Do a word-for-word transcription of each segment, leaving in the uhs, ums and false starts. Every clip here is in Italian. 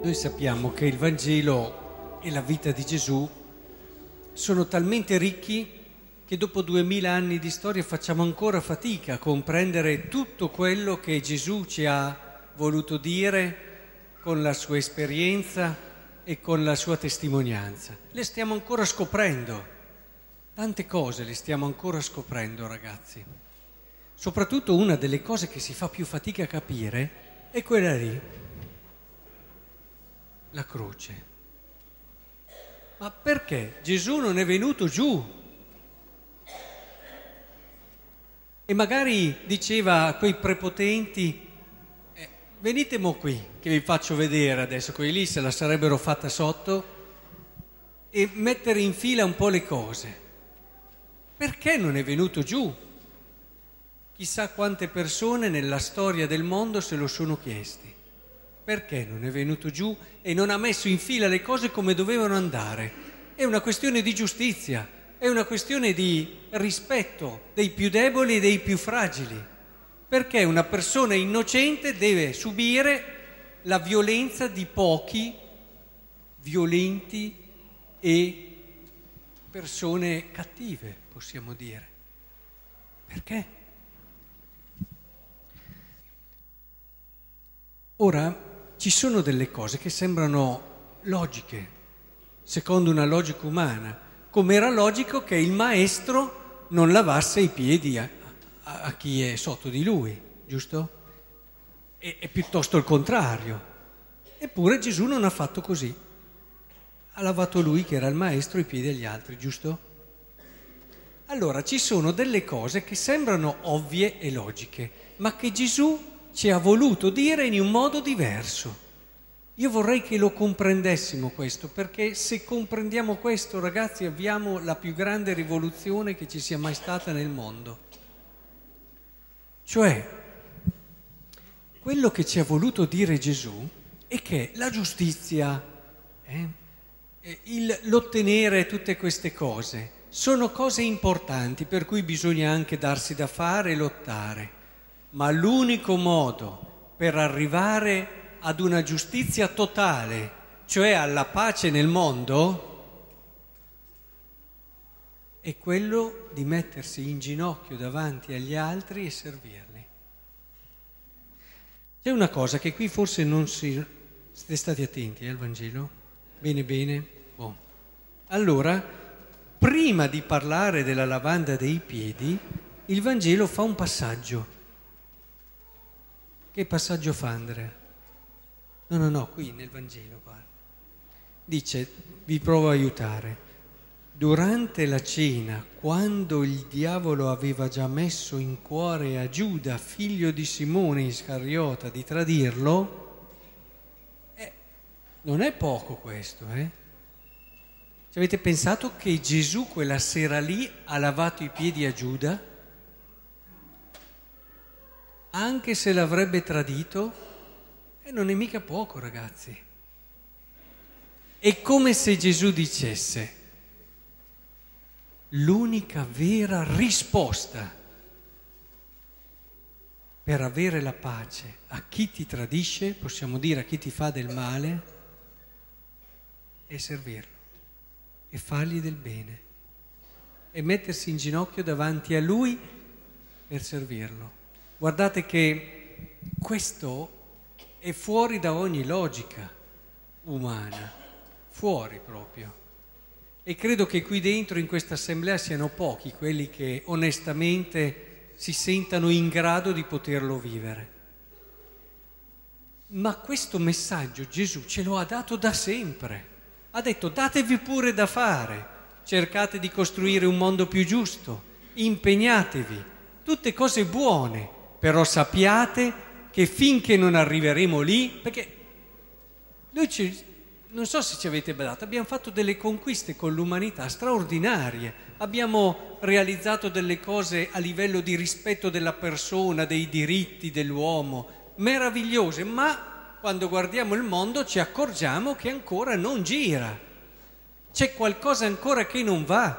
Noi sappiamo che il Vangelo e la vita di Gesù sono talmente ricchi che dopo duemila anni di storia facciamo ancora fatica a comprendere tutto quello che Gesù ci ha voluto dire con la sua esperienza e con la sua testimonianza. Le stiamo ancora scoprendo, tante cose le stiamo ancora scoprendo, ragazzi. Soprattutto una delle cose che si fa più fatica a capire è quella lì, la croce. Ma perché Gesù non è venuto giù? E magari diceva a quei prepotenti, eh, venite mo qui, che vi faccio vedere adesso, quelli lì se la sarebbero fatta sotto, e mettere in fila un po' le cose. Perché non è venuto giù? Chissà quante persone nella storia del mondo se lo sono chiesti. Perché non è venuto giù e non ha messo in fila le cose come dovevano andare? È una questione di giustizia, è una questione di rispetto dei più deboli e dei più fragili. Perché una persona innocente deve subire la violenza di pochi violenti e persone cattive, possiamo dire. Perché? Ora, ci sono delle cose che sembrano logiche, secondo una logica umana, come era logico che il maestro non lavasse i piedi a, a, a chi è sotto di lui, giusto? E, è piuttosto il contrario. Eppure Gesù non ha fatto così. Ha lavato lui, che era il maestro, i piedi agli altri, giusto? Allora, ci sono delle cose che sembrano ovvie e logiche, ma che Gesù ci ha voluto dire in un modo diverso. Io vorrei che lo comprendessimo questo, perché se comprendiamo questo, ragazzi, avviamo la più grande rivoluzione che ci sia mai stata nel mondo. Cioè, quello che ci ha voluto dire Gesù è che la giustizia, eh, il, l'ottenere tutte queste cose, sono cose importanti per cui bisogna anche darsi da fare e lottare. Ma l'unico modo per arrivare ad una giustizia totale, cioè alla pace nel mondo, è quello di mettersi in ginocchio davanti agli altri e servirli. C'è una cosa che qui forse non si... Siete stati attenti eh, al Vangelo? Bene, bene? Buon. Allora, prima di parlare della lavanda dei piedi, il Vangelo fa un passaggio. Che passaggio fa, Andrea? No, no, no, qui nel Vangelo, guarda. Dice, vi provo a aiutare. Durante la cena, quando il diavolo aveva già messo in cuore a Giuda, figlio di Simone Iscariota, di tradirlo, eh, non è poco questo, eh? Ci avete pensato che Gesù quella sera lì ha lavato i piedi a Giuda? Anche se l'avrebbe tradito, e eh, non è mica poco, ragazzi. È come se Gesù dicesse, l'unica vera risposta per avere la pace a chi ti tradisce, possiamo dire a chi ti fa del male, è servirlo e fargli del bene e mettersi in ginocchio davanti a lui per servirlo. Guardate che questo è fuori da ogni logica umana, fuori proprio. E credo che qui dentro in questa assemblea siano pochi quelli che onestamente si sentano in grado di poterlo vivere. Ma questo messaggio Gesù ce lo ha dato da sempre. Ha detto datevi pure da fare, cercate di costruire un mondo più giusto, impegnatevi, tutte cose buone. Però sappiate che finché non arriveremo lì, perché noi ci, non so se ci avete badato, abbiamo fatto delle conquiste con l'umanità straordinarie, abbiamo realizzato delle cose a livello di rispetto della persona, dei diritti dell'uomo, meravigliose, ma quando guardiamo il mondo ci accorgiamo che ancora non gira, c'è qualcosa ancora che non va.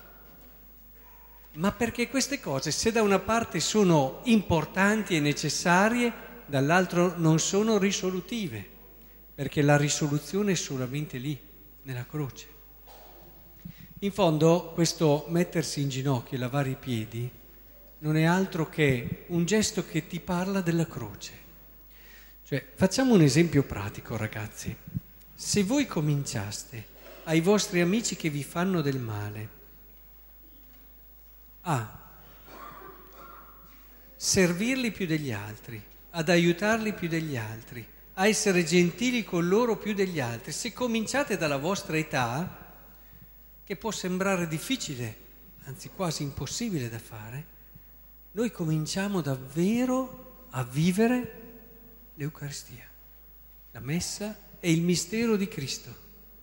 Ma perché queste cose, se da una parte sono importanti e necessarie, dall'altro non sono risolutive. perché la risoluzione è solamente lì, nella croce. In fondo questo mettersi in ginocchio e lavare i piedi non è altro che un gesto che ti parla della croce. Cioè, facciamo un esempio pratico, ragazzi. Se voi cominciaste ai vostri amici che vi fanno del male a servirli più degli altri, ad aiutarli più degli altri, a essere gentili con loro più degli altri, se cominciate dalla vostra età, che può sembrare difficile, anzi quasi impossibile da fare, noi cominciamo davvero a vivere l'Eucaristia, la Messa e il mistero di Cristo.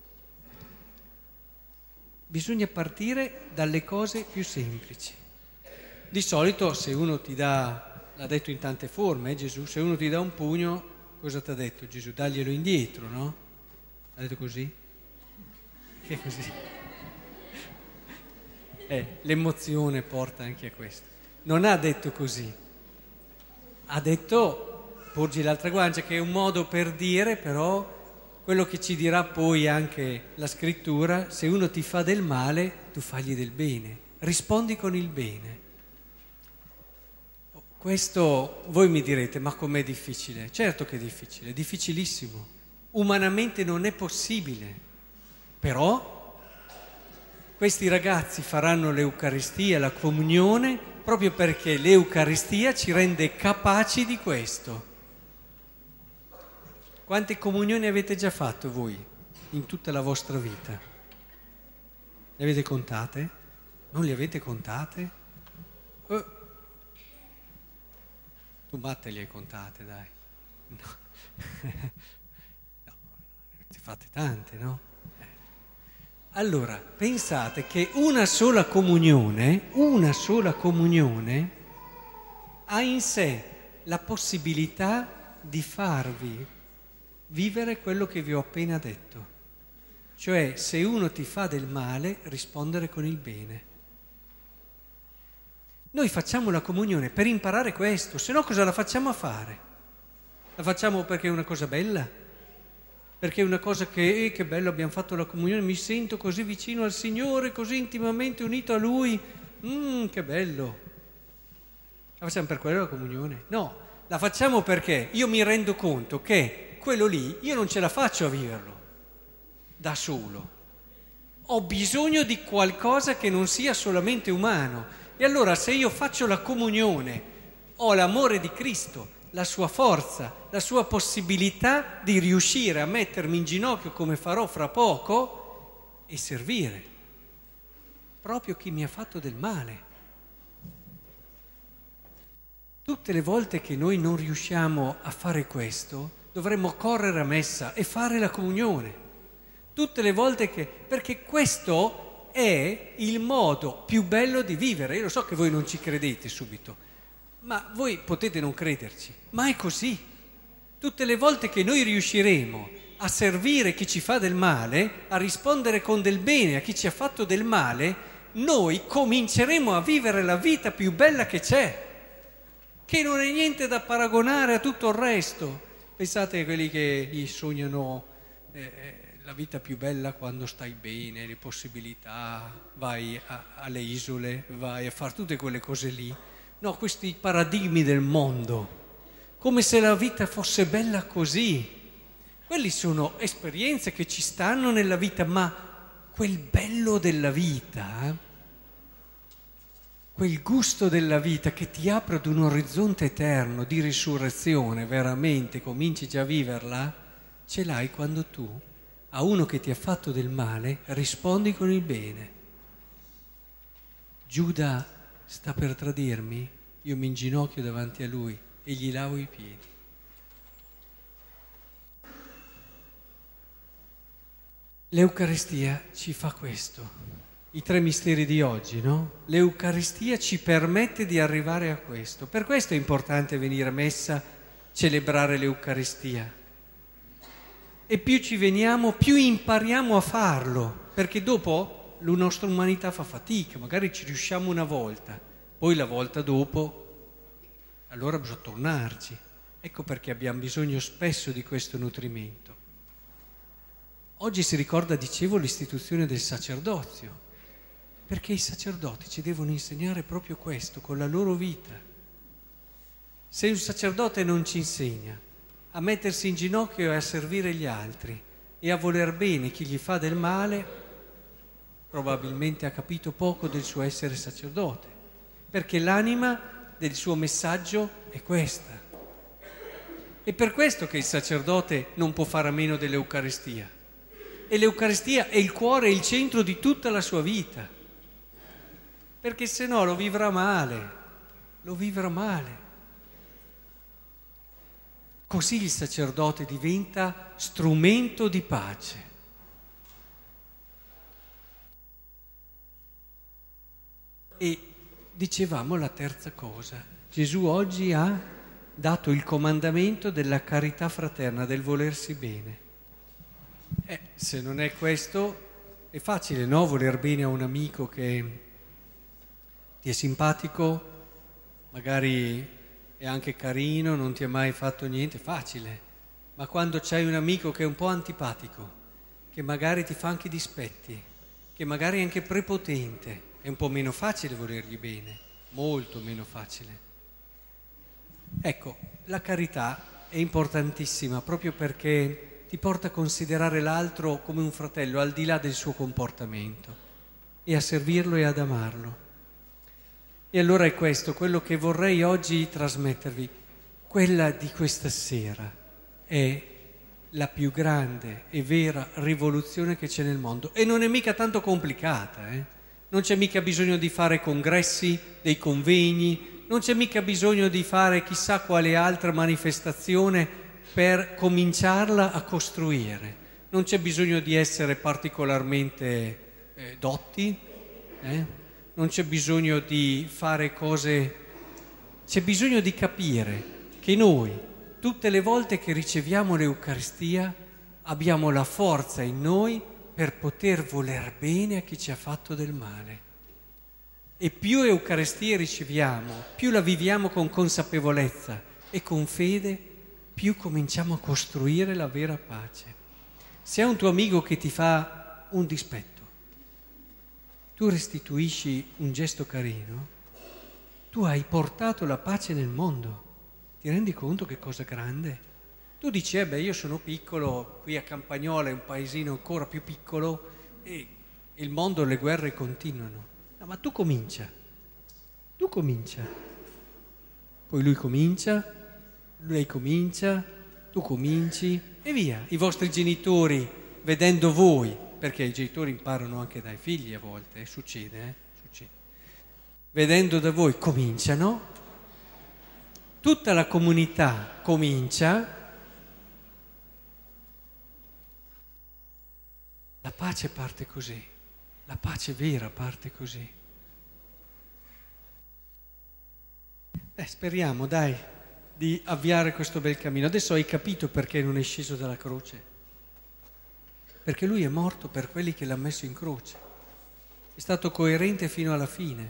Bisogna partire dalle cose più semplici. Di solito se uno ti dà, l'ha detto in tante forme, eh, Gesù, se uno ti dà un pugno, cosa ti ha detto Gesù? Daglielo indietro, no? Ha detto così? Che è così? Eh, l'emozione porta anche a questo. Non ha detto così. Ha detto porgi l'altra guancia, che è un modo per dire però quello che ci dirà poi anche la scrittura: se uno ti fa del male, tu fagli del bene, rispondi con il bene. Questo voi mi direte, ma com'è difficile? Certo che è difficile, è difficilissimo. Umanamente non è possibile, però questi ragazzi faranno l'Eucaristia, la comunione, proprio perché l'Eucaristia ci rende capaci di questo. Quante comunioni avete già fatto voi in tutta la vostra vita? Le avete contate? Non le avete contate? Eh. Tu Matte le hai contate, dai. No. No, ne avete fatte tante, no? Allora, pensate che una sola comunione, una sola comunione ha in sé la possibilità di farvi vivere quello che vi ho appena detto. Cioè, se uno ti fa del male, rispondere con il bene. Noi facciamo la comunione per imparare questo, se no cosa la facciamo a fare? La facciamo perché è una cosa bella? Perché è una cosa che, eh, che bello, abbiamo fatto la comunione, mi sento così vicino al Signore, così intimamente unito a Lui, mm, che bello. La facciamo per quello la comunione? No, la facciamo perché io mi rendo conto che quello lì io non ce la faccio a viverlo da solo. Ho bisogno di qualcosa che non sia solamente umano. E allora se io faccio la comunione, ho l'amore di Cristo, la sua forza, la sua possibilità di riuscire a mettermi in ginocchio come farò fra poco e servire proprio chi mi ha fatto del male. Tutte le volte che noi non riusciamo a fare questo, dovremmo correre a messa e fare la comunione. Tutte le volte che... perché questo è il modo più bello di vivere. Io lo so che voi non ci credete subito, ma voi potete non crederci, ma è così. Tutte le volte che noi riusciremo a servire chi ci fa del male, a rispondere con del bene a chi ci ha fatto del male, noi cominceremo a vivere la vita più bella che c'è, che non è niente da paragonare a tutto il resto. Pensate a quelli che gli sognano eh, la vita più bella quando stai bene, le possibilità, vai a, alle isole, vai a fare tutte quelle cose lì. No, questi paradigmi del mondo, come se la vita fosse bella così. Quelli sono esperienze che ci stanno nella vita, ma quel bello della vita, eh? Quel gusto della vita che ti apre ad un orizzonte eterno di risurrezione, veramente cominci già a viverla, ce l'hai quando tu a uno che ti ha fatto del male rispondi con il bene. Giuda sta per tradirmi, io mi inginocchio davanti a lui e gli lavo i piedi. L'Eucaristia ci fa questo. I tre misteri di oggi, no? L'Eucaristia ci permette di arrivare a questo. Per questo è importante venire a messa, celebrare l'Eucaristia. E più ci veniamo, più impariamo a farlo, perché dopo la nostra umanità fa fatica, magari ci riusciamo una volta, poi la volta dopo, allora bisogna tornarci. Ecco perché abbiamo bisogno spesso di questo nutrimento. Oggi si ricorda, dicevo, l'istituzione del sacerdozio, perché i sacerdoti ci devono insegnare proprio questo, con la loro vita. Se un sacerdote non ci insegna a mettersi in ginocchio e a servire gli altri e a voler bene chi gli fa del male, probabilmente ha capito poco del suo essere sacerdote, perché l'anima del suo messaggio è questa. È per questo che il sacerdote non può fare a meno dell'Eucaristia. E l'Eucaristia è il cuore e il centro di tutta la sua vita, perché se no lo vivrà male, lo vivrà male. Così il sacerdote diventa strumento di pace. E dicevamo la terza cosa, Gesù oggi ha dato il comandamento della carità fraterna, del volersi bene. Eh, se non è questo, è facile, no? Voler bene a un amico che ti è simpatico, magari è anche carino, non ti ha mai fatto niente, è facile. Ma quando c'hai un amico che è un po' antipatico, che magari ti fa anche dispetti, che magari è anche prepotente, è un po' meno facile volergli bene, molto meno facile. Ecco, la carità è importantissima proprio perché ti porta a considerare l'altro come un fratello al di là del suo comportamento e a servirlo e ad amarlo. E allora è questo quello che vorrei oggi trasmettervi. Quella di questa sera è la più grande e vera rivoluzione che c'è nel mondo e non è mica tanto complicata, eh? Non c'è mica bisogno di fare congressi, dei convegni, non c'è mica bisogno di fare chissà quale altra manifestazione per cominciarla a costruire. Non c'è bisogno di essere particolarmente eh, dotti, eh? Non c'è bisogno di fare cose, c'è bisogno di capire che noi, tutte le volte che riceviamo l'Eucaristia, abbiamo la forza in noi per poter voler bene a chi ci ha fatto del male. E più Eucaristia riceviamo, più la viviamo con consapevolezza e con fede, più cominciamo a costruire la vera pace. Se è un tuo amico che ti fa un dispetto, tu restituisci un gesto carino, tu hai portato la pace nel mondo. Ti rendi conto che cosa grande? Tu dici, eh beh, io sono piccolo, qui a Campagnola è un paesino ancora più piccolo e il mondo, le guerre continuano. No, ma tu comincia, tu comincia. Poi lui comincia, lei comincia, tu cominci e via. I vostri genitori, vedendo voi, perché i genitori imparano anche dai figli a volte, eh? succede, eh? succede. Vedendo da voi cominciano, tutta la comunità comincia, la pace parte così, la pace vera parte così. Eh, speriamo, dai, di avviare questo bel cammino. Adesso hai capito perché non è sceso dalla croce? Perché lui è morto per quelli che l'ha messo in croce. È stato coerente fino alla fine.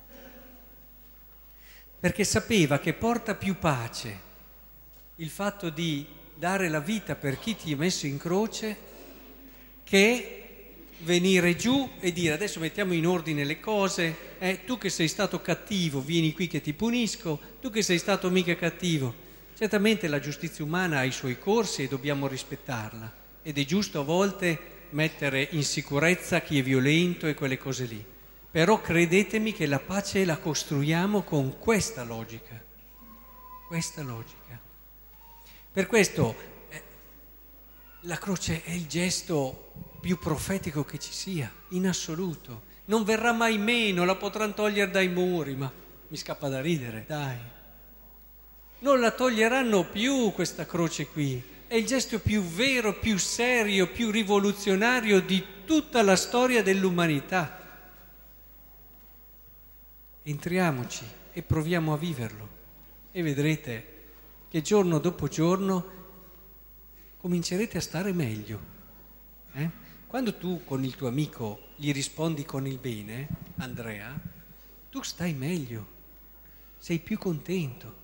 Perché sapeva che porta più pace il fatto di dare la vita per chi ti ha messo in croce che venire giù e dire adesso mettiamo in ordine le cose, eh, tu che sei stato cattivo vieni qui che ti punisco, tu che sei stato mica cattivo. Certamente la giustizia umana ha i suoi corsi e dobbiamo rispettarla ed è giusto a volte mettere in sicurezza chi è violento e quelle cose lì, però credetemi che la pace la costruiamo con questa logica, questa logica. Per questo eh, la croce è il gesto più profetico che ci sia, in assoluto. Non verrà mai meno, la potranno togliere dai muri, ma mi scappa da ridere, dai. Non la toglieranno più questa croce qui. È il gesto più vero, più serio, più rivoluzionario di tutta la storia dell'umanità. Entriamoci e proviamo a viverlo e vedrete che giorno dopo giorno comincerete a stare meglio. Eh? Quando tu con il tuo amico gli rispondi con il bene, Andrea, tu stai meglio, sei più contento.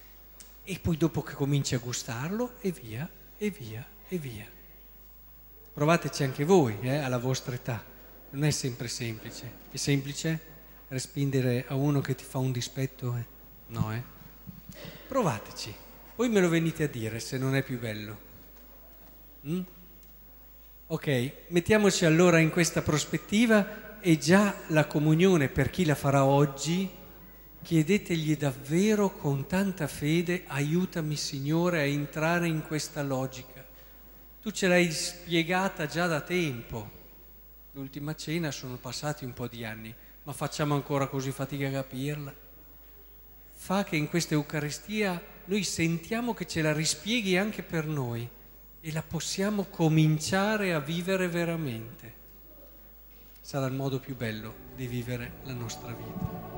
E poi dopo che cominci a gustarlo, e via, e via, e via. Provateci anche voi, eh, alla vostra età. Non è sempre semplice. È semplice respingere a uno che ti fa un dispetto? Eh? No, eh? Provateci. Poi me lo venite a dire se non è più bello. Mm? Ok, mettiamoci allora in questa prospettiva e già la comunione per chi la farà oggi, chiedetegli davvero con tanta fede, aiutami Signore a entrare in questa logica. Tu ce l'hai spiegata già da tempo. L'ultima cena sono passati un po' di anni, ma facciamo ancora così fatica a capirla. Fa che in questa Eucaristia noi sentiamo che ce la rispieghi anche per noi e la possiamo cominciare a vivere veramente. Sarà il modo più bello di vivere la nostra vita.